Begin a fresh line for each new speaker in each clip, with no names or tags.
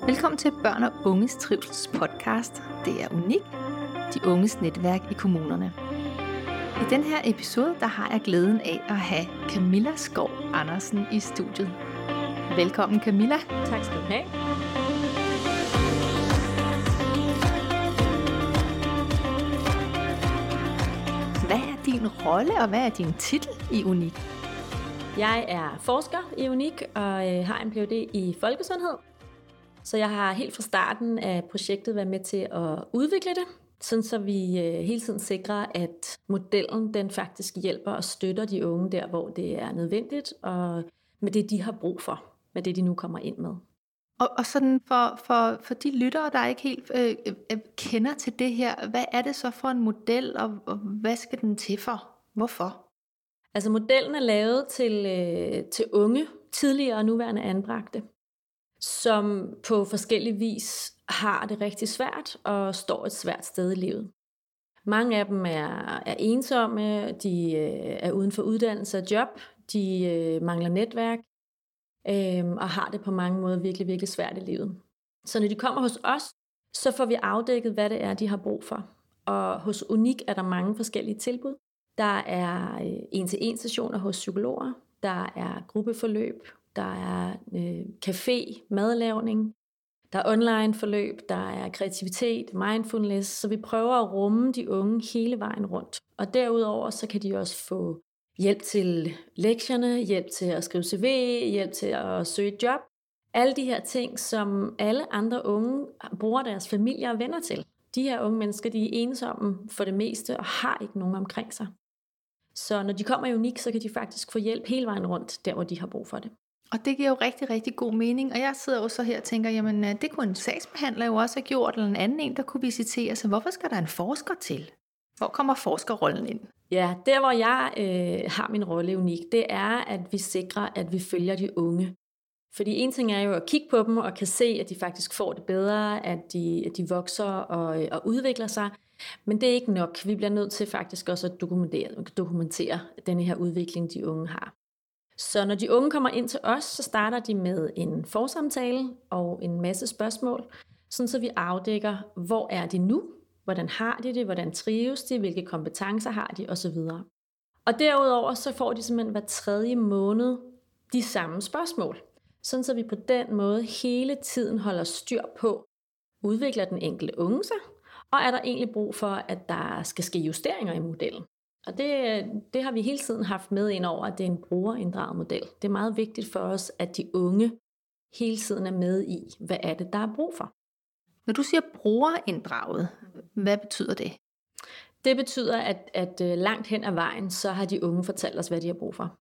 Velkommen til Børn og Unges Trivsels podcast. Det er Unik, de unges netværk i kommunerne. I den her episode, der har jeg glæden af at have Camilla Skov Andersen i studiet. Velkommen Camilla.
Tak skal du have.
Hvad er din rolle, og hvad er din titel i Unik?
Jeg er forsker i Unik og har en Ph.D. i folkesundhed. Så jeg har helt fra starten af projektet været med til at udvikle det, sådan så vi hele tiden sikrer, at modellen den faktisk hjælper og støtter de unge der, hvor det er nødvendigt, og med det, de har brug for, med det, de nu kommer ind med.
Og sådan for de lyttere, der ikke helt kender til det her, hvad er det så for en model, og hvad skal den til for? Hvorfor?
Altså modellen er lavet til unge, tidligere og nuværende anbragte, som på forskellig vis har det rigtig svært og står et svært sted i livet. Mange af dem er ensomme, de er uden for uddannelse og job, de mangler netværk og har det på mange måder virkelig, virkelig svært i livet. Så når de kommer hos os, så får vi afdækket, hvad det er, de har brug for. Og hos Unik er der mange forskellige tilbud. Der er en-til-en sessioner hos psykologer, der er gruppeforløb, der er café, madlavning, der er online forløb, der er kreativitet, mindfulness, så vi prøver at rumme de unge hele vejen rundt. Og derudover så kan de også få hjælp til lektierne, hjælp til at skrive CV, hjælp til at søge et job. Alle de her ting, som alle andre unge bruger deres familier og venner til. De her unge mennesker, de er ensomme for det meste og har ikke nogen omkring sig. Så når de kommer i Unik, så kan de faktisk få hjælp hele vejen rundt, der hvor de har brug for det.
Og det giver jo rigtig, rigtig god mening. Og jeg sidder jo så her og tænker, jamen det kunne en sagsbehandler jo også have gjort, eller en anden en, der kunne visitere. Så hvorfor skal der en forsker til? Hvor kommer forskerrollen ind?
Ja, der hvor jeg har min rolle Unik, det er, at vi sikrer, at vi følger de unge. Fordi en ting er jo at kigge på dem og kan se, at de faktisk får det bedre, at de vokser og udvikler sig. Men det er ikke nok. Vi bliver nødt til faktisk også at dokumentere denne her udvikling, de unge har. Så når de unge kommer ind til os, så starter de med en forsamtale og en masse spørgsmål, sådan så vi afdækker, hvor er de nu, hvordan har de det, hvordan trives de, hvilke kompetencer har de osv. Og derudover så får de simpelthen hver tredje måned de samme spørgsmål, sådan så vi på den måde hele tiden holder styr på, udvikler den enkelte unge sig, og er der egentlig brug for, at der skal ske justeringer i modellen. Og det har vi hele tiden haft med ind over, at det er en brugerinddraget model. Det er meget vigtigt for os, at de unge hele tiden er med i, hvad er det, der er brug for.
Når du siger brugerinddraget, hvad betyder det?
Det betyder, at langt hen ad vejen, så har de unge fortalt os, hvad de har brug for.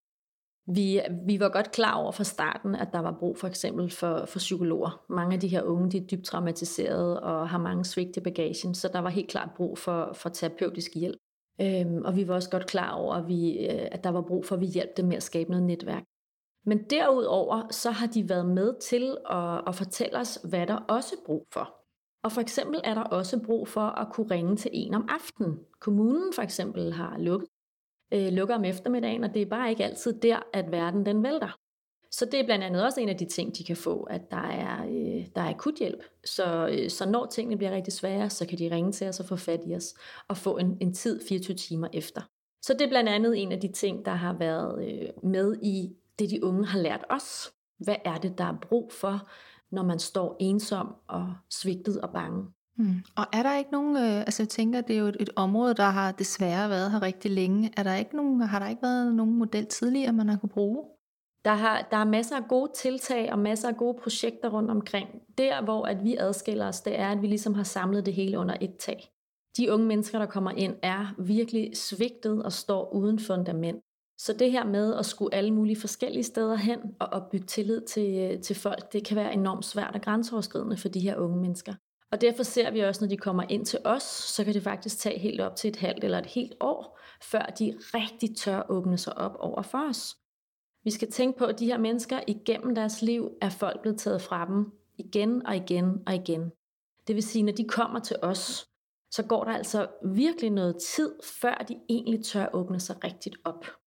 Vi var godt klar over fra starten, at der var brug for eksempel for psykologer. Mange af de her unge, de er dybt traumatiserede og har mange svigt i bagagen, så der var helt klart brug for terapeutisk hjælp. Og vi var også godt klar over, at der var brug for, at vi hjalp dem med at skabe noget netværk. Men derudover, så har de været med til at fortælle os, hvad der også er brug for. Og for eksempel er der også brug for at kunne ringe til en om aftenen. Kommunen for eksempel har lukker om eftermiddagen, og det er bare ikke altid der, at verden den vælter. Så det er blandt andet også en af de ting, de kan få, at der er akuthjælp. Så når tingene bliver rigtig svære, så kan de ringe til os og få fat i os og få en tid 24 timer efter. Så det er blandt andet en af de ting, der har været med i det, de unge har lært os. Hvad er det, der er brug for, når man står ensom og svigtet og bange?
Og er der ikke nogen, jeg tænker, det er jo et område, der har desværre været her rigtig længe. Har der ikke været nogen model tidligere, man har kunne bruge?
Der er masser af gode tiltag og masser af gode projekter rundt omkring. Der, hvor at vi adskiller os, det er, at vi ligesom har samlet det hele under et tag. De unge mennesker, der kommer ind, er virkelig svigtet og står uden fundament. Så det her med at skulle alle mulige forskellige steder hen og opbygge tillid til folk, det kan være enormt svært og grænseoverskridende for de her unge mennesker. Og derfor ser vi også, når de kommer ind til os, så kan det faktisk tage helt op til et halvt eller et helt år, før de rigtig tør åbne sig op over for os. Vi skal tænke på, at de her mennesker igennem deres liv er folk blevet taget fra dem igen og igen og igen. Det vil sige, når de kommer til os, så går der altså virkelig noget tid, før de egentlig tør åbne sig rigtigt op.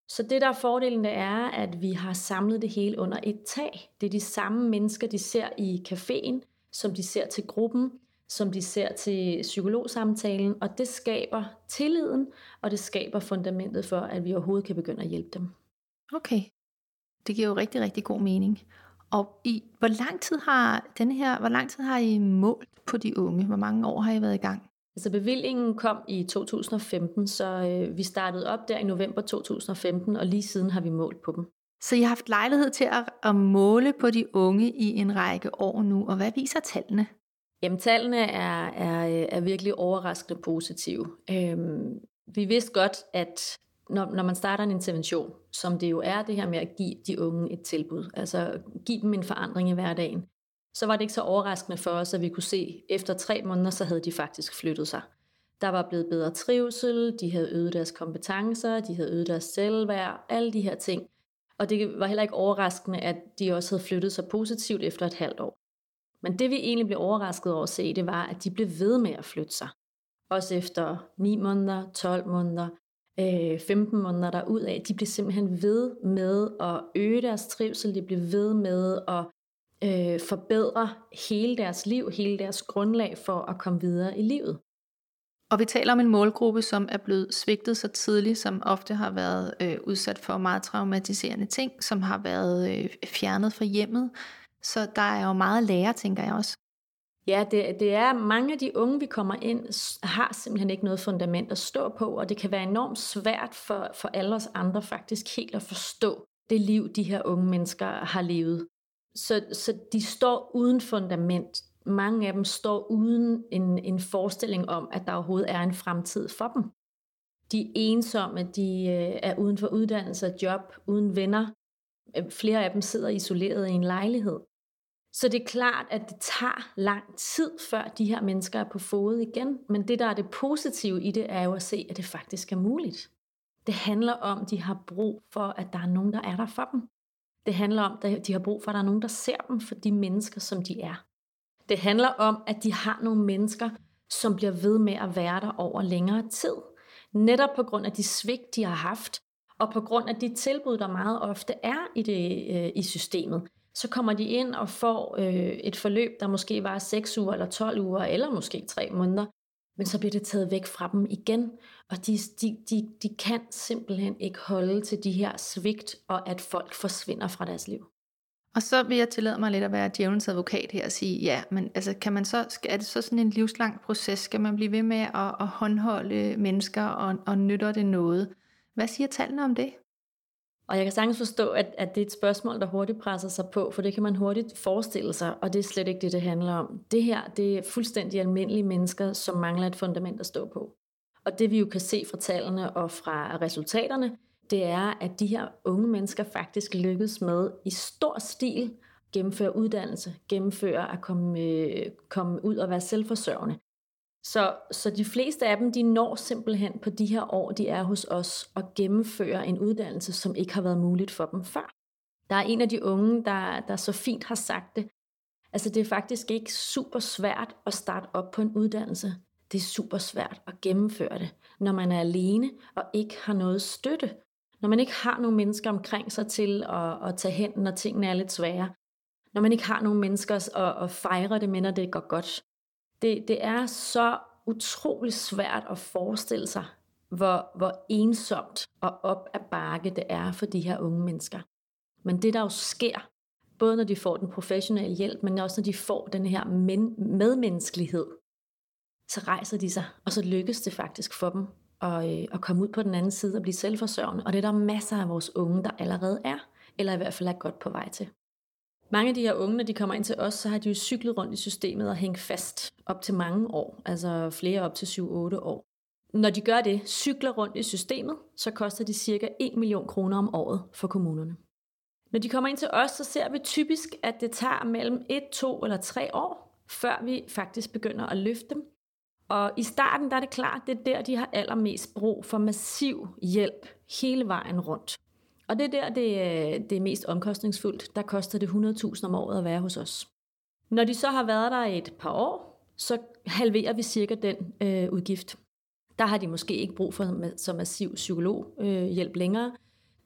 Så det der er fordelen, det er, at vi har samlet det hele under et tag. Det er de samme mennesker, de ser i caféen, som de ser til gruppen, som de ser til psykologsamtalen, og det skaber tilliden, og det skaber fundamentet for, at vi overhovedet kan begynde at hjælpe dem.
Okay, det giver jo rigtig, rigtig god mening. Og hvor lang tid har I målt på de unge? Hvor mange år har I været i gang?
Altså bevillingen kom i 2015, så vi startede op der i november 2015, og lige siden har vi målt på dem.
Så I har haft lejlighed til at måle på de unge i en række år nu, og hvad viser tallene?
Jamen tallene er virkelig overraskende positive. Vi vidste godt, at når man starter en intervention, som det jo er det her med at give de unge et tilbud, altså give dem en forandring i hverdagen, så var det ikke så overraskende for os, at vi kunne se, efter 3 måneder, så havde de faktisk flyttet sig. Der var blevet bedre trivsel, de havde øget deres kompetencer, de havde øget deres selvværd, alle de her ting. Og det var heller ikke overraskende, at de også havde flyttet sig positivt efter et halvt år. Men det vi egentlig blev overrasket over at se, det var, at de blev ved med at flytte sig. Også efter 9 måneder, 12 måneder, 15 måneder derudad. De blev simpelthen ved med at øge deres trivsel, de blev ved med at forbedre hele deres liv, hele deres grundlag for at komme videre i livet.
Og vi taler om en målgruppe, som er blevet svigtet så tidligt, som ofte har været udsat for meget traumatiserende ting, som har været fjernet fra hjemmet. Så der er jo meget at lære, tænker jeg også.
Ja, det er mange af de unge, vi kommer ind, har simpelthen ikke noget fundament at stå på, og det kan være enormt svært for alle os andre faktisk helt at forstå det liv, de her unge mennesker har levet. Så de står uden fundament. Mange af dem står uden en forestilling om, at der overhovedet er en fremtid for dem. De er ensomme, de er uden for uddannelse og job, uden venner. Flere af dem sidder isoleret i en lejlighed. Så det er klart, at det tager lang tid, før de her mennesker er på fode igen. Men det, der er det positive i det, er jo at se, at det faktisk er muligt. Det handler om, at de har brug for, at der er nogen, der er der for dem. Det handler om, at de har brug for, at der er nogen, der ser dem for de mennesker, som de er. Det handler om, at de har nogle mennesker, som bliver ved med at være der over længere tid. Netop på grund af de svigt, de har haft, og på grund af de tilbud, der meget ofte er i systemet. Så kommer de ind og får et forløb, der måske var 6 uger, eller 12 uger, eller måske 3 måneder. Men så bliver det taget væk fra dem igen, og de kan simpelthen ikke holde til de her svigt, og at folk forsvinder fra deres liv.
Og så vil jeg tillade mig lidt at være djævelens advokat her og sige, ja, men altså, er det så sådan en livslang proces? Skal man blive ved med at håndholde mennesker, og nytter det noget? Hvad siger tallene om det?
Og jeg kan sagtens forstå, at det er et spørgsmål, der hurtigt presser sig på, for det kan man hurtigt forestille sig, og det er slet ikke det handler om. Det her, det er fuldstændig almindelige mennesker, som mangler et fundament at stå på. Og det vi jo kan se fra tallene og fra resultaterne, det er, at de her unge mennesker faktisk lykkes med i stor stil gennemføre uddannelse, gennemføre at komme ud og være selvforsørgende. Så de fleste af dem, de når simpelthen på de her år, de er hos os, og gennemfører en uddannelse, som ikke har været muligt for dem før. Der er en af de unge, der så fint har sagt det. Altså det er faktisk ikke super svært at starte op på en uddannelse. Det er super svært at gennemføre det, når man er alene og ikke har noget støtte. Når man ikke har nogen mennesker omkring sig til at tage hen, når tingene er lidt svære. Når man ikke har nogen mennesker at fejre det med, når det går godt. Det er så utrolig svært at forestille sig, hvor ensomt og op ad bakke det er for de her unge mennesker. Men det der jo sker, både når de får den professionelle hjælp, men også når de får den her medmenneskelighed, så rejser de sig, og så lykkes det faktisk for dem at komme ud på den anden side og blive selvforsørgende. Og det er der masser af vores unge, der allerede er, eller i hvert fald er godt på vej til. Mange af de her unge, når de kommer ind til os, så har de jo cyklet rundt i systemet og hængt fast op til mange år, altså flere op til 7-8 år. Når de gør det, cykler rundt i systemet, så koster det ca. 1 million kroner om året for kommunerne. Når de kommer ind til os, så ser vi typisk, at det tager mellem 1, 2 eller 3 år, før vi faktisk begynder at løfte dem. Og i starten der er det klart, det er der, de har allermest brug for massiv hjælp hele vejen rundt. Og det er der, det er mest omkostningsfuldt. Der koster det 100.000 om året at være hos os. Når de så har været der et par år, så halverer vi cirka den udgift. Der har de måske ikke brug for så massiv psykologhjælp længere.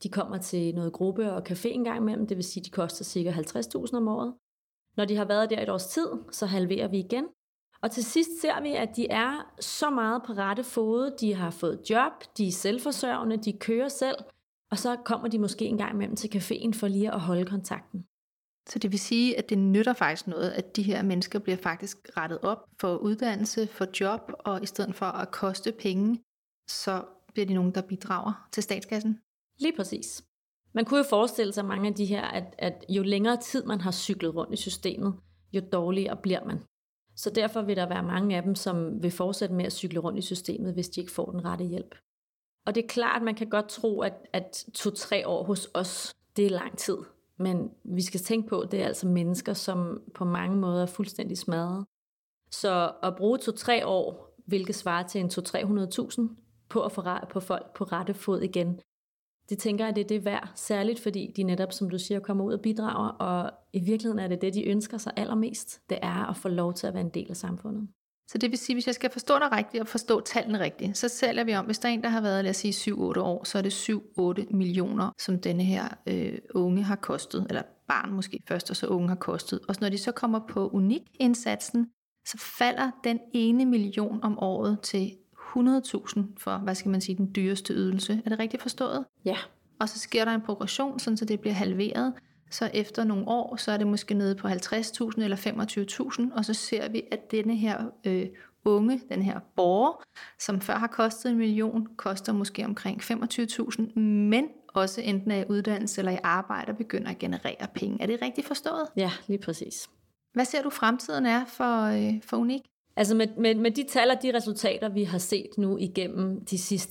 De kommer til noget gruppe og café en gang imellem, det vil sige, at de koster ca. 50.000 om året. Når de har været der et års tid, så halverer vi igen. Og til sidst ser vi, at de er så meget på rette fode. De har fået job, de er selvforsørgende, de kører selv, og så kommer de måske en gang imellem til caféen for lige at holde kontakten.
Så det vil sige, at det nytter faktisk noget, at de her mennesker bliver faktisk rettet op for uddannelse, for job, og i stedet for at koste penge, så bliver de nogen, der bidrager til statskassen?
Lige præcis. Man kunne jo forestille sig mange af de her, at jo længere tid man har cyklet rundt i systemet, jo dårligere bliver man. Så derfor vil der være mange af dem, som vil fortsætte med at cykle rundt i systemet, hvis de ikke får den rette hjælp. Og det er klart, at man kan godt tro, at 2-3 år hos os, det er lang tid. Men vi skal tænke på, at det er altså mennesker, som på mange måder er fuldstændig smadret. Så at bruge 2-3 år, hvilket svarer til en 200-300.000 på at få folk på rette fod igen, det tænker jeg, det er værd. Særligt fordi de netop, som du siger, kommer ud og bidrager, og i virkeligheden er det, de ønsker sig allermest. Det er at få lov til at være en del af samfundet.
Så det vil sige, hvis jeg skal forstå dig rigtigt og forstå tallene rigtigt, så sælger vi om, hvis der er en, der har været, lad os sige, 7-8 år, så er det 7-8 millioner, som denne her unge har kostet, eller barn måske først, og så unge har kostet. Og når de så kommer på unik-indsatsen, så falder den 1 million om året til 100.000 for, hvad skal man sige, den dyreste ydelse. Er det rigtigt forstået?
Ja.
Og så sker der en progression, sådan så det bliver halveret. Så efter nogle år, så er det måske nede på 50.000 eller 25.000, og så ser vi, at denne her unge, den her borger, som før har kostet 1 million, koster måske omkring 25.000, men også enten er i uddannelse eller i arbejde og begynder at generere penge. Er det rigtigt forstået?
Ja, lige præcis.
Hvad ser du fremtiden er for Unik?
Altså med de tal og de resultater, vi har set nu igennem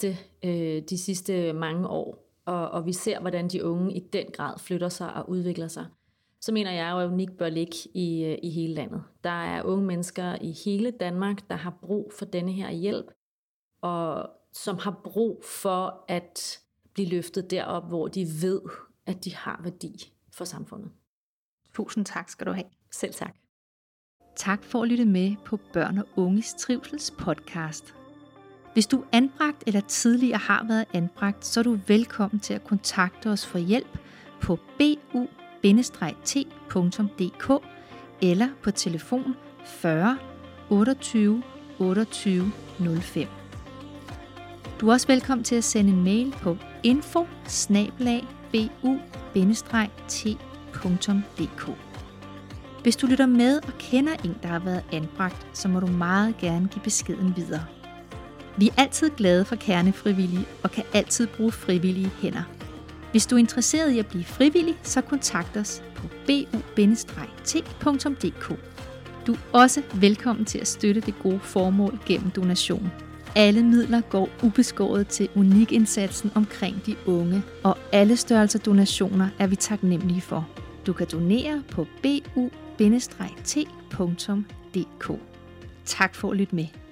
de sidste mange år, og vi ser, hvordan de unge i den grad flytter sig og udvikler sig, så mener jeg jo, at Unik bør ligge i hele landet. Der er unge mennesker i hele Danmark, der har brug for denne her hjælp, og som har brug for at blive løftet derop, hvor de ved, at de har værdi for samfundet.
Tusind tak skal du have.
Selv tak.
Tak for at lytte med på Børn og Unges Trivsels podcast. Hvis du er anbragt eller tidligere har været anbragt, så er du velkommen til at kontakte os for hjælp på bu-t.dk eller på telefon 40 28 28 05. Du er også velkommen til at sende en mail på info@bu-t.dk. Hvis du lytter med og kender en, der har været anbragt, så må du meget gerne give beskeden videre. Vi er altid glade for kernefrivillige og kan altid bruge frivillige hænder. Hvis du er interesseret i at blive frivillig, så kontakt os på bu-t.dk. Du er også velkommen til at støtte det gode formål gennem donation. Alle midler går ubeskåret til Unik-indsatsen omkring de unge, og alle størrelser donationer er vi taknemmelige for. Du kan donere på bu-t.dk. Tak for at lytte med.